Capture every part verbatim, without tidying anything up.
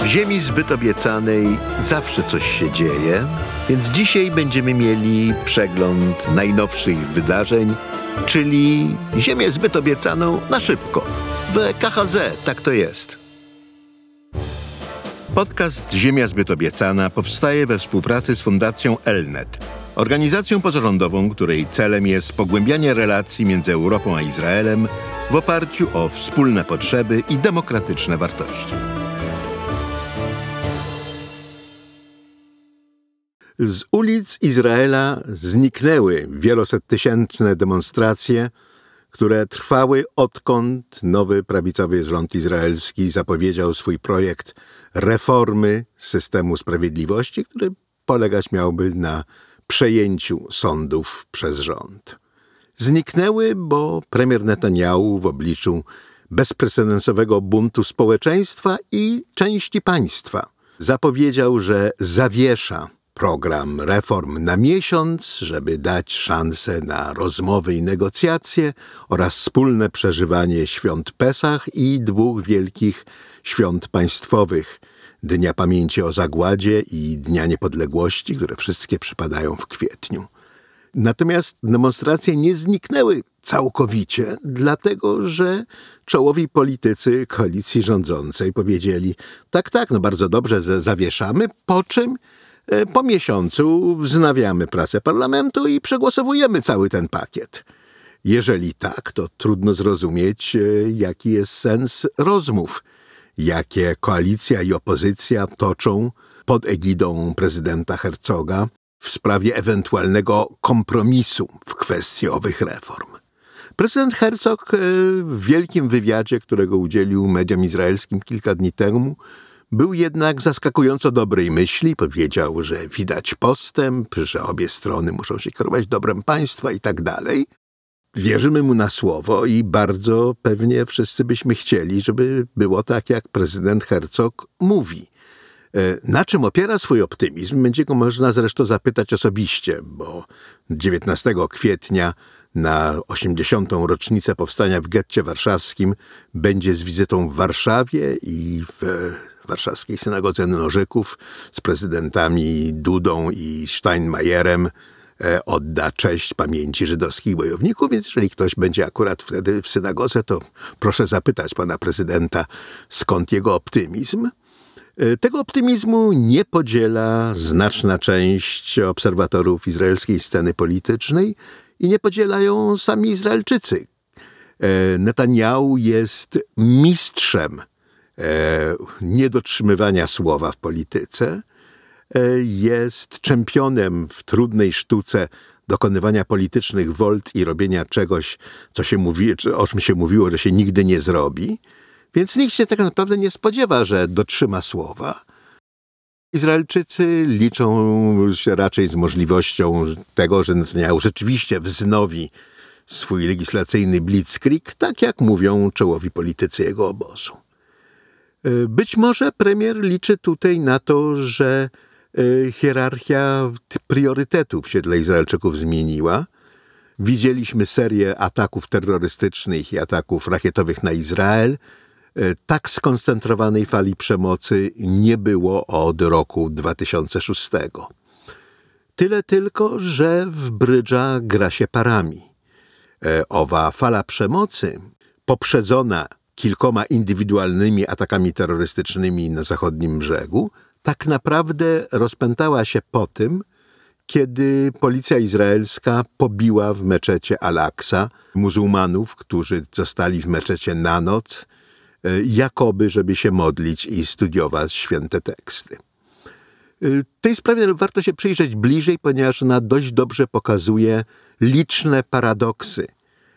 W ziemi zbyt obiecanej zawsze coś się dzieje, więc dzisiaj będziemy mieli przegląd najnowszych wydarzeń, czyli ziemię zbyt obiecaną na szybko. W K H Z tak to jest. Podcast Ziemia zbyt obiecana powstaje we współpracy z Fundacją Elnet, organizacją pozarządową, której celem jest pogłębianie relacji między Europą a Izraelem w oparciu o wspólne potrzeby i demokratyczne wartości. Z ulic Izraela zniknęły wielosettysięczne demonstracje, które trwały odkąd nowy prawicowy rząd izraelski zapowiedział swój projekt reformy systemu sprawiedliwości, który polegać miałby na przejęciu sądów przez rząd. Zniknęły, bo premier Netanjahu w obliczu bezprecedensowego buntu społeczeństwa i części państwa zapowiedział, że zawiesza program reform na miesiąc, żeby dać szansę na rozmowy i negocjacje oraz wspólne przeżywanie świąt Pesach i dwóch wielkich świąt państwowych, Dnia Pamięci o Zagładzie i Dnia Niepodległości, które wszystkie przypadają w kwietniu. Natomiast demonstracje nie zniknęły całkowicie, dlatego że czołowi politycy koalicji rządzącej powiedzieli: tak, tak, no bardzo dobrze, zawieszamy, po czym po miesiącu wznawiamy pracę parlamentu i przegłosowujemy cały ten pakiet. Jeżeli tak, to trudno zrozumieć, jaki jest sens rozmów, jakie koalicja i opozycja toczą pod egidą prezydenta Herzoga w sprawie ewentualnego kompromisu w kwestii owych reform. Prezydent Herzog w wielkim wywiadzie, którego udzielił mediom izraelskim kilka dni temu, był jednak zaskakująco dobrej myśli. Powiedział, że widać postęp, że obie strony muszą się kierować dobrem państwa i tak dalej. Wierzymy mu na słowo i bardzo pewnie wszyscy byśmy chcieli, żeby było tak, jak prezydent Herzog mówi. Na czym opiera swój optymizm, będzie go można zresztą zapytać osobiście, bo dziewiętnastego kwietnia na osiemdziesiątą rocznicę powstania w getcie warszawskim będzie z wizytą w Warszawie i w warszawskiej synagodze Nożyków z prezydentami Dudą i Steinmeierem odda cześć pamięci żydowskich bojowników, więc jeżeli ktoś będzie akurat wtedy w synagodze, to proszę zapytać pana prezydenta, skąd jego optymizm. Tego optymizmu nie podziela znaczna część obserwatorów izraelskiej sceny politycznej i nie podzielają sami Izraelczycy. Netanjahu jest mistrzem niedotrzymywania słowa w polityce, jest czempionem w trudnej sztuce dokonywania politycznych wolt i robienia czegoś, co się mówi, o czym się mówiło, że się nigdy nie zrobi. Więc nikt się tak naprawdę nie spodziewa, że dotrzyma słowa. Izraelczycy liczą się raczej z możliwością tego, że Netanjahu rzeczywiście wznowi swój legislacyjny blitzkrieg, tak jak mówią czołowi politycy jego obozu. Być może premier liczy tutaj na to, że hierarchia priorytetów się dla Izraelczyków zmieniła. Widzieliśmy serię ataków terrorystycznych i ataków rakietowych na Izrael. Tak skoncentrowanej fali przemocy nie było od roku dwa tysiące szóstego. Tyle tylko, że w brydża gra się parami. Owa fala przemocy, poprzedzona kilkoma indywidualnymi atakami terrorystycznymi na zachodnim brzegu, tak naprawdę rozpętała się po tym, kiedy policja izraelska pobiła w meczecie Al-Aqsa muzułmanów, którzy zostali w meczecie na noc, jakoby żeby się modlić i studiować święte teksty. Tej sprawie warto się przyjrzeć bliżej, ponieważ ona dość dobrze pokazuje liczne paradoksy,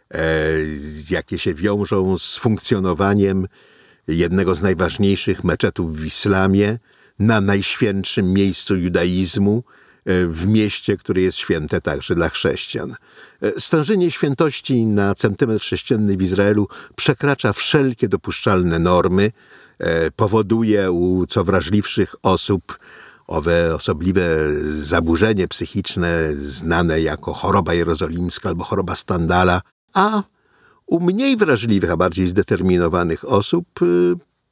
jakie się wiążą z funkcjonowaniem jednego z najważniejszych meczetów w islamie, na najświętszym miejscu judaizmu, w mieście, które jest święte także dla chrześcijan. Stężenie świętości na centymetr sześcienny w Izraelu przekracza wszelkie dopuszczalne normy, powoduje u co wrażliwszych osób owe osobliwe zaburzenie psychiczne znane jako choroba jerozolimska albo choroba Standala, a u mniej wrażliwych, a bardziej zdeterminowanych osób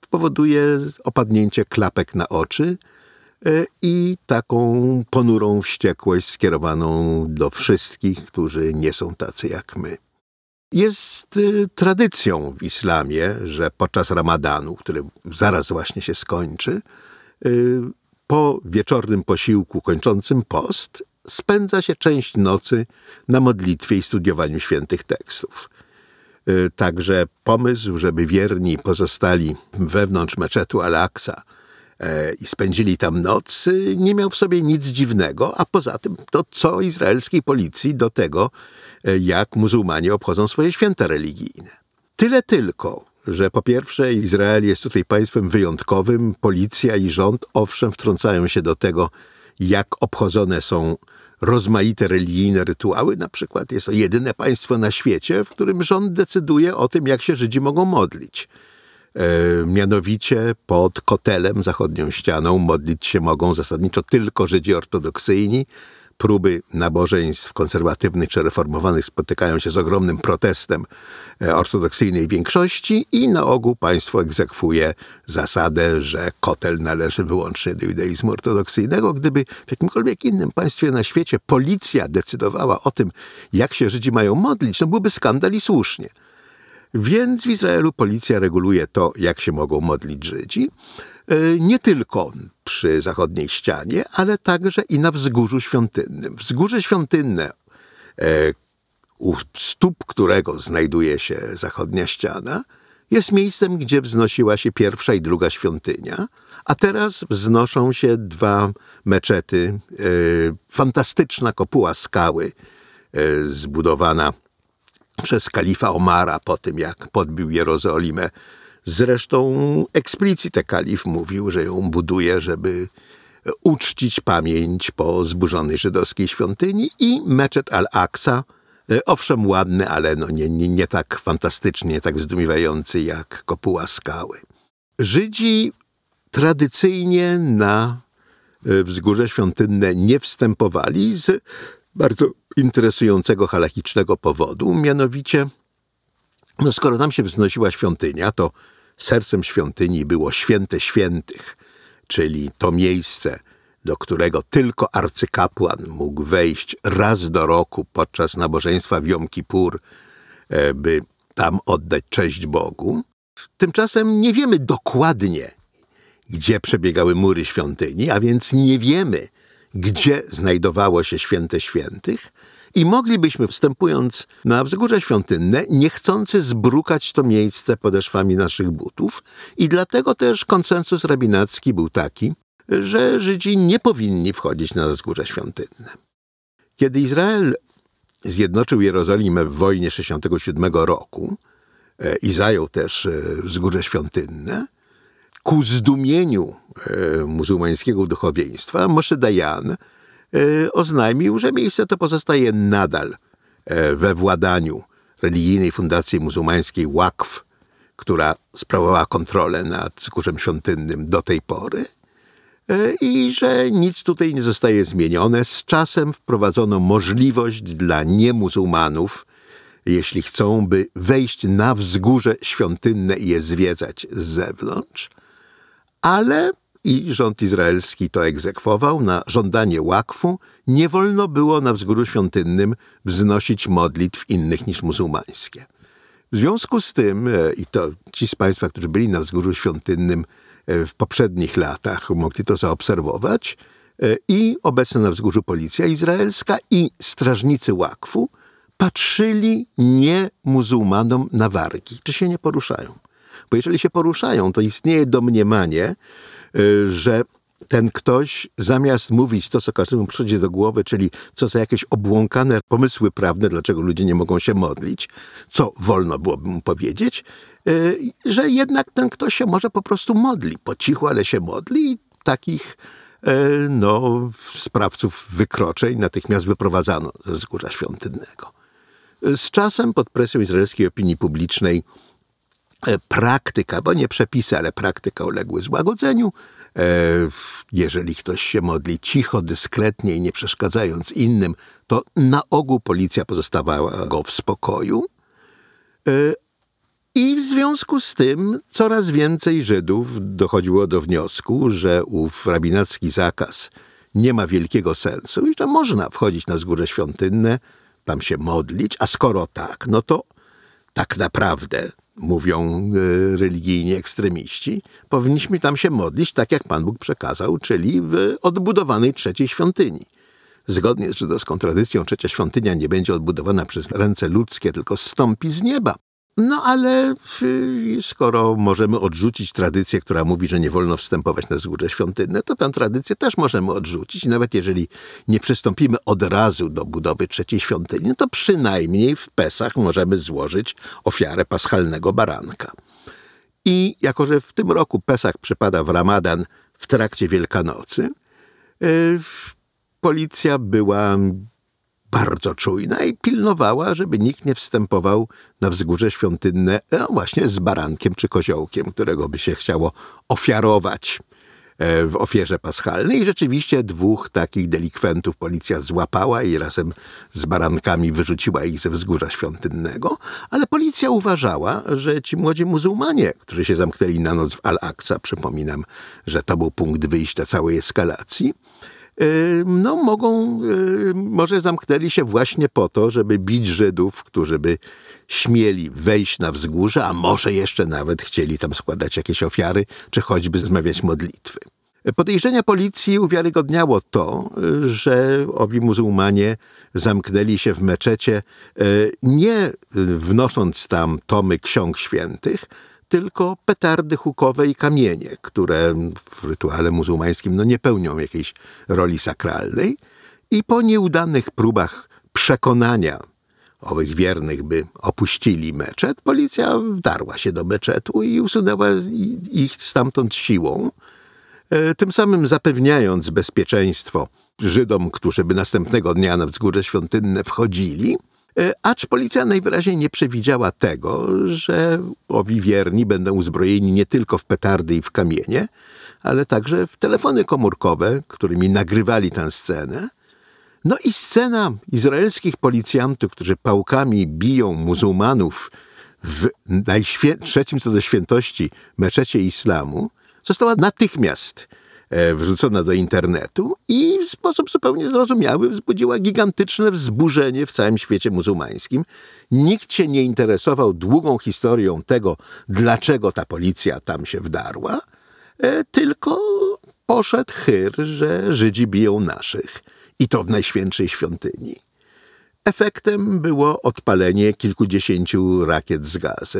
powoduje opadnięcie klapek na oczy i taką ponurą wściekłość skierowaną do wszystkich, którzy nie są tacy jak my. Jest y, tradycją w islamie, że podczas ramadanu, który zaraz właśnie się skończy, y, po wieczornym posiłku kończącym post spędza się część nocy na modlitwie i studiowaniu świętych tekstów. Y, także pomysł, żeby wierni pozostali wewnątrz meczetu Al-Aqsa i spędzili tam noc, nie miał w sobie nic dziwnego, a poza tym to co izraelskiej policji do tego, jak muzułmanie obchodzą swoje święta religijne. Tyle tylko, że po pierwsze Izrael jest tutaj państwem wyjątkowym, policja i rząd owszem wtrącają się do tego, jak obchodzone są rozmaite religijne rytuały. Na przykład jest to jedyne państwo na świecie, w którym rząd decyduje o tym, jak się Żydzi mogą modlić. E, mianowicie pod kotelem, zachodnią ścianą, modlić się mogą zasadniczo tylko Żydzi ortodoksyjni. Próby nabożeństw konserwatywnych czy reformowanych spotykają się z ogromnym protestem ortodoksyjnej większości i na ogół państwo egzekwuje zasadę, że kotel należy wyłącznie do judaizmu ortodoksyjnego. Gdyby w jakimkolwiek innym państwie na świecie policja decydowała o tym, jak się Żydzi mają modlić, to byłby skandal i słusznie. Więc w Izraelu policja reguluje to, jak się mogą modlić Żydzi. Nie tylko przy zachodniej ścianie, ale także i na wzgórzu świątynnym. Wzgórze świątynne, u stóp którego znajduje się zachodnia ściana, jest miejscem, gdzie wznosiła się pierwsza i druga świątynia, a teraz wznoszą się dwa meczety. Fantastyczna kopuła skały zbudowana przez kalifa Omara po tym, jak podbił Jerozolimę. Zresztą eksplicite kalif mówił, że ją buduje, żeby uczcić pamięć po zburzonej żydowskiej świątyni i meczet Al-Aqsa, owszem ładny, ale no nie, nie, nie tak fantastycznie, nie tak zdumiewający jak kopuła skały. Żydzi tradycyjnie na wzgórze świątynne nie wstępowali z bardzo interesującego halachicznego powodu, mianowicie no skoro tam się wznosiła świątynia, to sercem świątyni było Święte Świętych, czyli to miejsce, do którego tylko arcykapłan mógł wejść raz do roku podczas nabożeństwa w Jom Kippur, by tam oddać cześć Bogu. Tymczasem nie wiemy dokładnie, gdzie przebiegały mury świątyni, a więc nie wiemy, gdzie znajdowało się Święte Świętych. I moglibyśmy, wstępując na wzgórze świątynne, niechcący zbrukać to miejsce podeszwami naszych butów. I dlatego też konsensus rabinacki był taki, że Żydzi nie powinni wchodzić na wzgórze świątynne. Kiedy Izrael zjednoczył Jerozolimę w wojnie sześćdziesiątego siódmego roku i zajął też wzgórze świątynne, ku zdumieniu muzułmańskiego duchowieństwa Moshe Dayan oznajmił, że miejsce to pozostaje nadal we władaniu religijnej fundacji muzułmańskiej Waqf, która sprawowała kontrolę nad wzgórzem świątynnym do tej pory i że nic tutaj nie zostaje zmienione. Z czasem wprowadzono możliwość dla niemuzułmanów, jeśli chcą, by wejść na wzgórze świątynne i je zwiedzać z zewnątrz, ale i rząd izraelski to egzekwował, na żądanie Waqfu nie wolno było na wzgórzu świątynnym wznosić modlitw innych niż muzułmańskie. W związku z tym, i to ci z Państwa, którzy byli na wzgórzu świątynnym w poprzednich latach, mogli to zaobserwować, i obecna na wzgórzu policja izraelska i strażnicy Waqfu patrzyli nie muzułmanom na wargi, czy się nie poruszają. Bo jeżeli się poruszają, to istnieje domniemanie, że ten ktoś zamiast mówić to, co każdemu przychodzi do głowy, czyli co za jakieś obłąkane pomysły prawne, dlaczego ludzie nie mogą się modlić, co wolno byłoby mu powiedzieć, że jednak ten ktoś się może po prostu modli. Po cichu, ale się modli i takich no, sprawców wykroczeń natychmiast wyprowadzano ze wzgórza świątynnego. Z czasem pod presją izraelskiej opinii publicznej praktyka, bo nie przepisy, ale praktyka uległy złagodzeniu. Jeżeli ktoś się modli cicho, dyskretnie i nie przeszkadzając innym, to na ogół policja pozostawała go w spokoju. I w związku z tym coraz więcej Żydów dochodziło do wniosku, że ów rabinacki zakaz nie ma wielkiego sensu i że można wchodzić na wzgórze świątynne, tam się modlić, a skoro tak, no to tak naprawdę, mówią y, religijni ekstremiści, powinniśmy tam się modlić tak, jak Pan Bóg przekazał, czyli w odbudowanej trzeciej świątyni. Zgodnie z żydowską tradycją trzecia świątynia nie będzie odbudowana przez ręce ludzkie, tylko zstąpi z nieba. No ale y, skoro możemy odrzucić tradycję, która mówi, że nie wolno wstępować na wzgórze świątynne, to tę tradycję też możemy odrzucić. Nawet jeżeli nie przystąpimy od razu do budowy trzeciej świątyni, to przynajmniej w Pesach możemy złożyć ofiarę paschalnego baranka. I jako że w tym roku Pesach przypada w Ramadan w trakcie Wielkanocy, y, policja była bardzo czujna i pilnowała, żeby nikt nie wstępował na wzgórze świątynne no właśnie z barankiem czy koziołkiem, którego by się chciało ofiarować w ofierze paschalnej. I rzeczywiście dwóch takich delikwentów policja złapała i razem z barankami wyrzuciła ich ze wzgórza świątynnego. Ale policja uważała, że ci młodzi muzułmanie, którzy się zamknęli na noc w Al-Aqsa, przypominam, że to był punkt wyjścia całej eskalacji, no mogą, może zamknęli się właśnie po to, żeby bić Żydów, którzy by śmieli wejść na wzgórze, a może jeszcze nawet chcieli tam składać jakieś ofiary, czy choćby zmawiać modlitwy. Podejrzenia policji uwiarygodniało to, że owi muzułmanie zamknęli się w meczecie, nie wnosząc tam tomy ksiąg świętych, tylko petardy hukowe i kamienie, które w rytuale muzułmańskim no, nie pełnią jakiejś roli sakralnej. I po nieudanych próbach przekonania owych wiernych, by opuścili meczet, policja wdarła się do meczetu i usunęła ich stamtąd siłą, tym samym zapewniając bezpieczeństwo Żydom, którzy by następnego dnia na wzgórze świątynne wchodzili. Acz policja najwyraźniej nie przewidziała tego, że owi wierni będą uzbrojeni nie tylko w petardy i w kamienie, ale także w telefony komórkowe, którymi nagrywali tę scenę. No i scena izraelskich policjantów, którzy pałkami biją muzułmanów w najświę- trzecim co do świętości meczecie islamu, została natychmiast wrzucona do internetu i w sposób zupełnie zrozumiały wzbudziła gigantyczne wzburzenie w całym świecie muzułmańskim. Nikt się nie interesował długą historią tego, dlaczego ta policja tam się wdarła, tylko poszedł chyr, że Żydzi biją naszych i to w najświętszej świątyni. Efektem było odpalenie kilkudziesięciu rakiet z Gazy.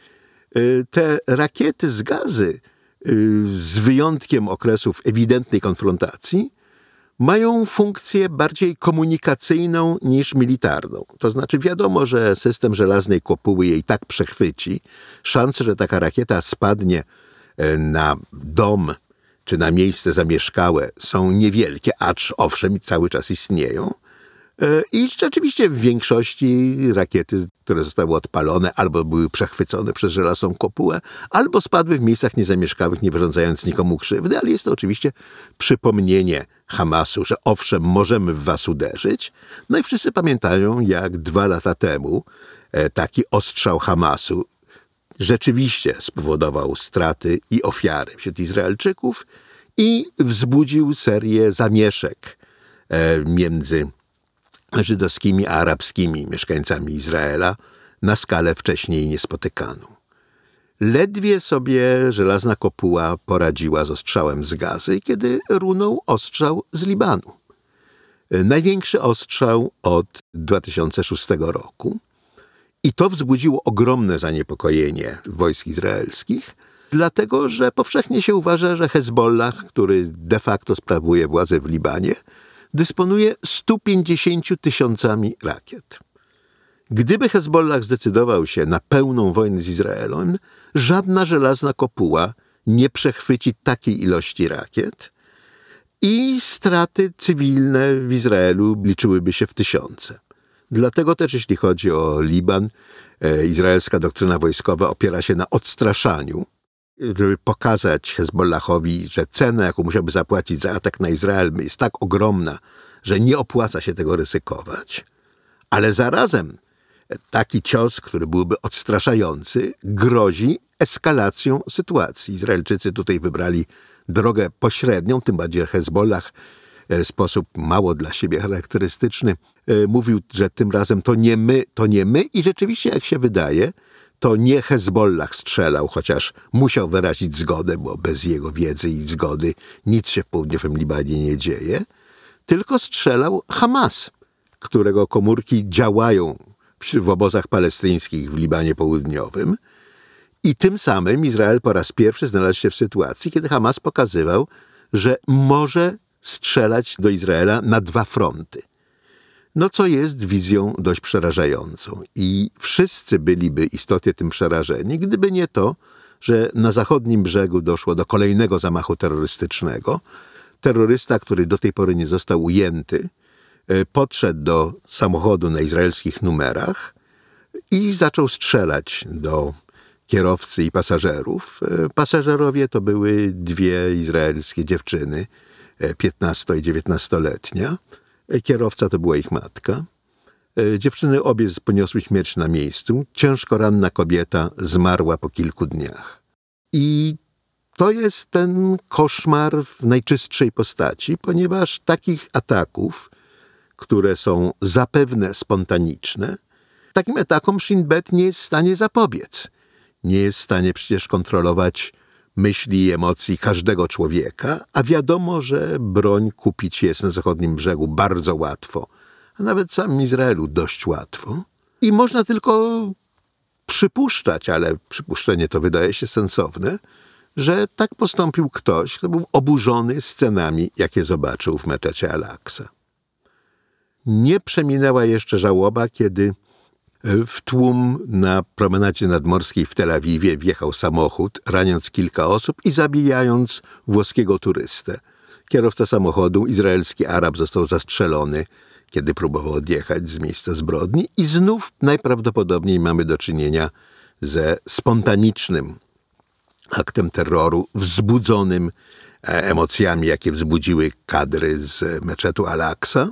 Te rakiety z Gazy, z wyjątkiem okresów ewidentnej konfrontacji, mają funkcję bardziej komunikacyjną niż militarną. To znaczy wiadomo, że system żelaznej kopuły jej tak przechwyci. Szanse, że taka rakieta spadnie na dom czy na miejsce zamieszkałe są niewielkie, acz owszem cały czas istnieją. I rzeczywiście w większości rakiety, które zostały odpalone, albo były przechwycone przez żelazną kopułę, albo spadły w miejscach niezamieszkałych, nie wyrządzając nikomu krzywdy, ale jest to oczywiście przypomnienie Hamasu, że owszem, możemy w was uderzyć. No i wszyscy pamiętają, jak dwa lata temu taki ostrzał Hamasu rzeczywiście spowodował straty i ofiary wśród Izraelczyków i wzbudził serię zamieszek między żydowskimi a arabskimi mieszkańcami Izraela na skalę wcześniej niespotykaną. Ledwie sobie żelazna kopuła poradziła z ostrzałem z Gazy, kiedy runął ostrzał z Libanu. Największy ostrzał od dwa tysiące szóstego roku. I to wzbudziło ogromne zaniepokojenie wojsk izraelskich, dlatego że powszechnie się uważa, że Hezbollah, który de facto sprawuje władzę w Libanie, dysponuje stu pięćdziesięciu tysiącami rakiet. Gdyby Hezbollah zdecydował się na pełną wojnę z Izraelem, żadna żelazna kopuła nie przechwyci takiej ilości rakiet i straty cywilne w Izraelu liczyłyby się w tysiące. Dlatego też, jeśli chodzi o Liban, e, izraelska doktryna wojskowa opiera się na odstraszaniu, żeby pokazać Hezbollahowi, że cena, jaką musiałby zapłacić za atak na Izrael, jest tak ogromna, że nie opłaca się tego ryzykować. Ale zarazem Taki cios, który byłby odstraszający, grozi eskalacją sytuacji. Izraelczycy tutaj wybrali drogę pośrednią, tym bardziej Hezbollah w sposób mało dla siebie charakterystyczny mówił, że tym razem to nie my, to nie my i rzeczywiście, jak się wydaje, to nie Hezbollah strzelał, chociaż musiał wyrazić zgodę, bo bez jego wiedzy i zgody nic się w południowym Libanie nie dzieje, tylko strzelał Hamas, którego komórki działają w obozach palestyńskich w Libanie Południowym. I tym samym Izrael po raz pierwszy znalazł się w sytuacji, kiedy Hamas pokazywał, że może strzelać do Izraela na dwa fronty. No co jest wizją dość przerażającą. I wszyscy byliby istotnie tym przerażeni, gdyby nie to, że na zachodnim brzegu doszło do kolejnego zamachu terrorystycznego. Terrorysta, który do tej pory nie został ujęty, podszedł do samochodu na izraelskich numerach i zaczął strzelać do kierowcy i pasażerów. Pasażerowie to były dwie izraelskie dziewczyny, piętnasto- i dziewiętnastoletnia. Kierowca to była ich matka. Dziewczyny obie poniosły śmierć na miejscu. Ciężko ranna kobieta zmarła po kilku dniach. I to jest ten koszmar w najczystszej postaci, ponieważ takich ataków, które są zapewne spontaniczne, takim atakom Shin Bet nie jest w stanie zapobiec. Nie jest w stanie przecież kontrolować myśli i emocji każdego człowieka, a wiadomo, że broń kupić jest na zachodnim brzegu bardzo łatwo, a nawet w samym Izraelu dość łatwo. I można tylko przypuszczać, ale przypuszczenie to wydaje się sensowne, że tak postąpił ktoś, kto był oburzony scenami, jakie zobaczył w meczecie Al-Aqsa. Nie przeminęła jeszcze żałoba, kiedy w tłum na promenadzie nadmorskiej w Tel Awiwie wjechał samochód, raniąc kilka osób i zabijając włoskiego turystę. Kierowca samochodu, izraelski Arab, został zastrzelony, kiedy próbował odjechać z miejsca zbrodni i znów najprawdopodobniej mamy do czynienia ze spontanicznym aktem terroru, wzbudzonym emocjami, jakie wzbudziły kadry z meczetu Al-Aqsa.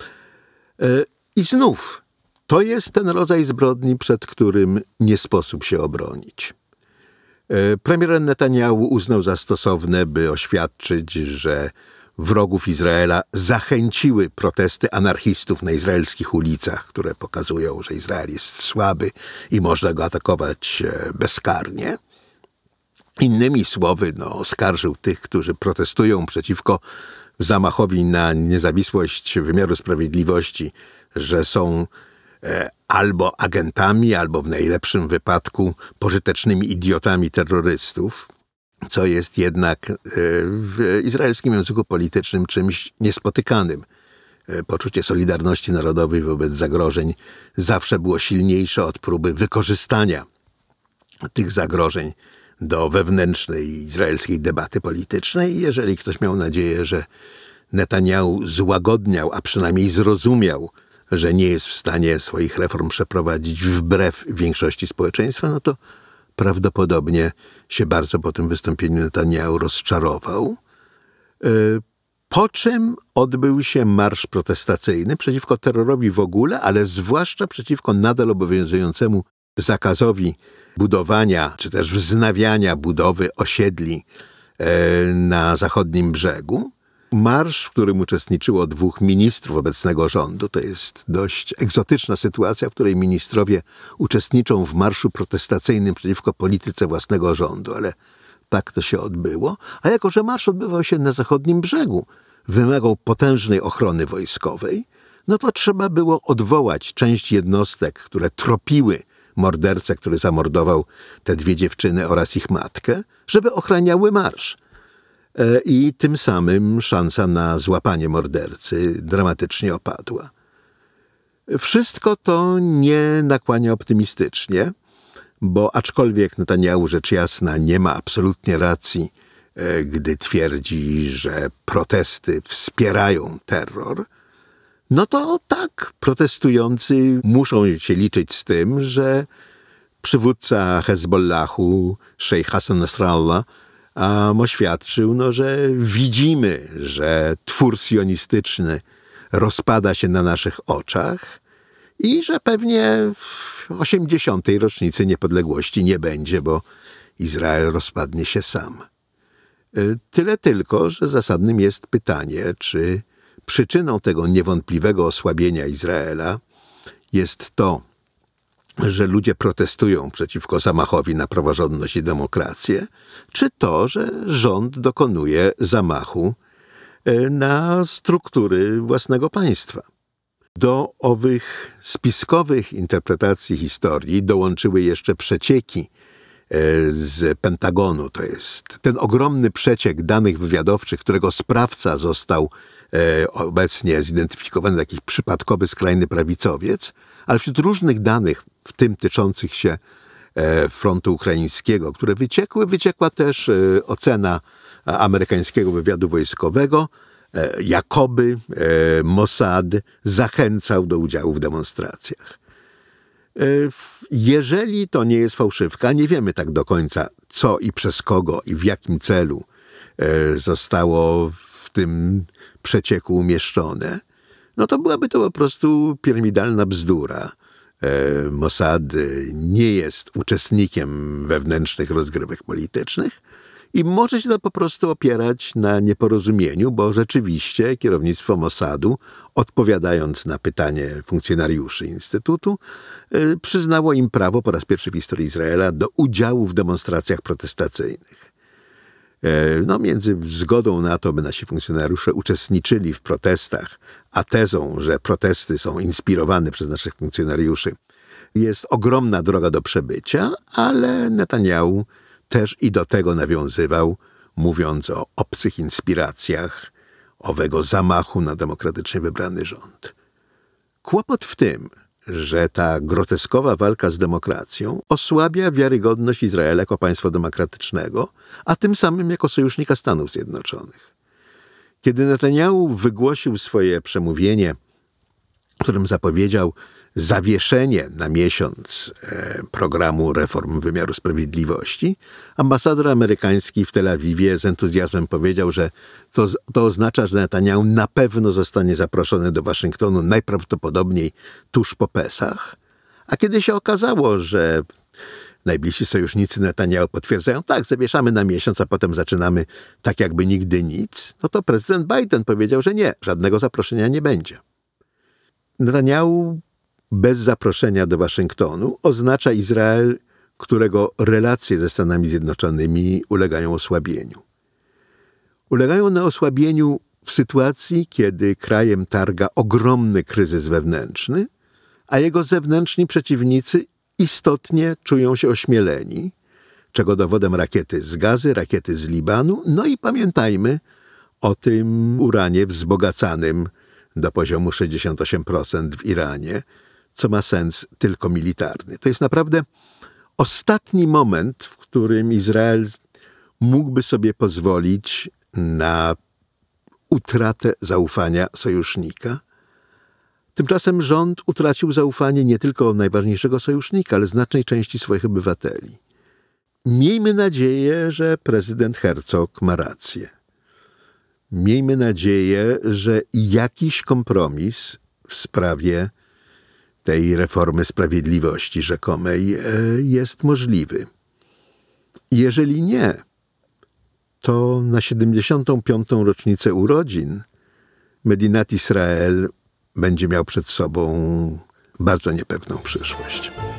I znów to jest ten rodzaj zbrodni, przed którym nie sposób się obronić. Premier Netanjahu uznał za stosowne, by oświadczyć, że wrogów Izraela zachęciły protesty anarchistów na izraelskich ulicach, które pokazują, że Izrael jest słaby i można go atakować bezkarnie. Innymi słowy, no, oskarżył tych, którzy protestują przeciwko zamachowi na niezawisłość wymiaru sprawiedliwości, że są e, albo agentami, albo w najlepszym wypadku pożytecznymi idiotami terrorystów, co jest jednak e, w izraelskim języku politycznym czymś niespotykanym. E, poczucie solidarności narodowej wobec zagrożeń zawsze było silniejsze od próby wykorzystania tych zagrożeń do wewnętrznej izraelskiej debaty politycznej. I jeżeli ktoś miał nadzieję, że Netanjahu złagodniał, a przynajmniej zrozumiał, że nie jest w stanie swoich reform przeprowadzić wbrew większości społeczeństwa, no to prawdopodobnie się bardzo po tym wystąpieniu Netanjahu rozczarował. Po czym odbył się marsz protestacyjny przeciwko terrorowi w ogóle, ale zwłaszcza przeciwko nadal obowiązującemu zakazowi budowania, czy też wznawiania budowy osiedli na zachodnim brzegu. Marsz, w którym uczestniczyło dwóch ministrów obecnego rządu. To jest dość egzotyczna sytuacja, w której ministrowie uczestniczą w marszu protestacyjnym przeciwko polityce własnego rządu, ale tak to się odbyło. A jako że marsz odbywał się na zachodnim brzegu, wymagał potężnej ochrony wojskowej, no to trzeba było odwołać część jednostek, które tropiły mordercę, który zamordował te dwie dziewczyny oraz ich matkę, żeby ochraniały marsz. I tym samym szansa na złapanie mordercy dramatycznie opadła. Wszystko to nie nakłania optymistycznie, bo aczkolwiek Netanjahu rzecz jasna nie ma absolutnie racji, gdy twierdzi, że protesty wspierają terror, no to tak, protestujący muszą się liczyć z tym, że przywódca Hezbollahu, szejk Hassan Nasrallah, um, oświadczył, no, że widzimy, że twór sionistyczny rozpada się na naszych oczach i że pewnie w osiemdziesiątej rocznicy niepodległości nie będzie, bo Izrael rozpadnie się sam. Tyle tylko, że zasadnym jest pytanie, czy przyczyną tego niewątpliwego osłabienia Izraela jest to, że ludzie protestują przeciwko zamachowi na praworządność i demokrację, czy to, że rząd dokonuje zamachu na struktury własnego państwa. Do owych spiskowych interpretacji historii dołączyły jeszcze przecieki z Pentagonu. To jest ten ogromny przeciek danych wywiadowczych, którego sprawca został obecnie zidentyfikowany jako jakiś przypadkowy skrajny prawicowiec, ale wśród różnych danych, w tym tyczących się frontu ukraińskiego, które wyciekły, wyciekła też ocena amerykańskiego wywiadu wojskowego, jakoby Mossad zachęcał do udziału w demonstracjach. Jeżeli to nie jest fałszywka, nie wiemy tak do końca, co i przez kogo i w jakim celu zostało w tym przecieku umieszczone, no to byłaby to po prostu piramidalna bzdura. Mossad nie jest uczestnikiem wewnętrznych rozgrywek politycznych i może się to po prostu opierać na nieporozumieniu, bo rzeczywiście kierownictwo Mossadu, odpowiadając na pytanie funkcjonariuszy Instytutu, przyznało im prawo po raz pierwszy w historii Izraela do udziału w demonstracjach protestacyjnych. No, między zgodą na to, by nasi funkcjonariusze uczestniczyli w protestach, a tezą, że protesty są inspirowane przez naszych funkcjonariuszy, jest ogromna droga do przebycia, ale Netanjahu też i do tego nawiązywał, mówiąc o obcych inspiracjach owego zamachu na demokratycznie wybrany rząd. Kłopot w tym, że ta groteskowa walka z demokracją osłabia wiarygodność Izraela jako państwa demokratycznego, a tym samym jako sojusznika Stanów Zjednoczonych. Kiedy Netanjahu wygłosił swoje przemówienie, w którym zapowiedział zawieszenie na miesiąc programu reform wymiaru sprawiedliwości, ambasador amerykański w Tel Awiwie z entuzjazmem powiedział, że to, to oznacza, że Netanjahu na pewno zostanie zaproszony do Waszyngtonu najprawdopodobniej tuż po Pesach. A kiedy się okazało, że najbliżsi sojusznicy Netanjahu potwierdzają, tak, zawieszamy na miesiąc, a potem zaczynamy tak jakby nigdy nic, no to prezydent Biden powiedział, że nie, żadnego zaproszenia nie będzie. Netanjahu bez zaproszenia do Waszyngtonu oznacza Izrael, którego relacje ze Stanami Zjednoczonymi ulegają osłabieniu. Ulegają one osłabieniu w sytuacji, kiedy krajem targa ogromny kryzys wewnętrzny, a jego zewnętrzni przeciwnicy istotnie czują się ośmieleni, czego dowodem rakiety z Gazy, rakiety z Libanu, no i pamiętajmy o tym uranie wzbogacanym do poziomu sześćdziesiąt osiem procent w Iranie, co ma sens tylko militarny. To jest naprawdę ostatni moment, w którym Izrael mógłby sobie pozwolić na utratę zaufania sojusznika. Tymczasem rząd utracił zaufanie nie tylko najważniejszego sojusznika, ale znacznej części swoich obywateli. Miejmy nadzieję, że prezydent Herzog ma rację. Miejmy nadzieję, że jakiś kompromis w sprawie tej reformy sprawiedliwości rzekomej jest możliwy. Jeżeli nie, to na siedemdziesiątą piątą rocznicę urodzin Medinat Israel będzie miał przed sobą bardzo niepewną przyszłość.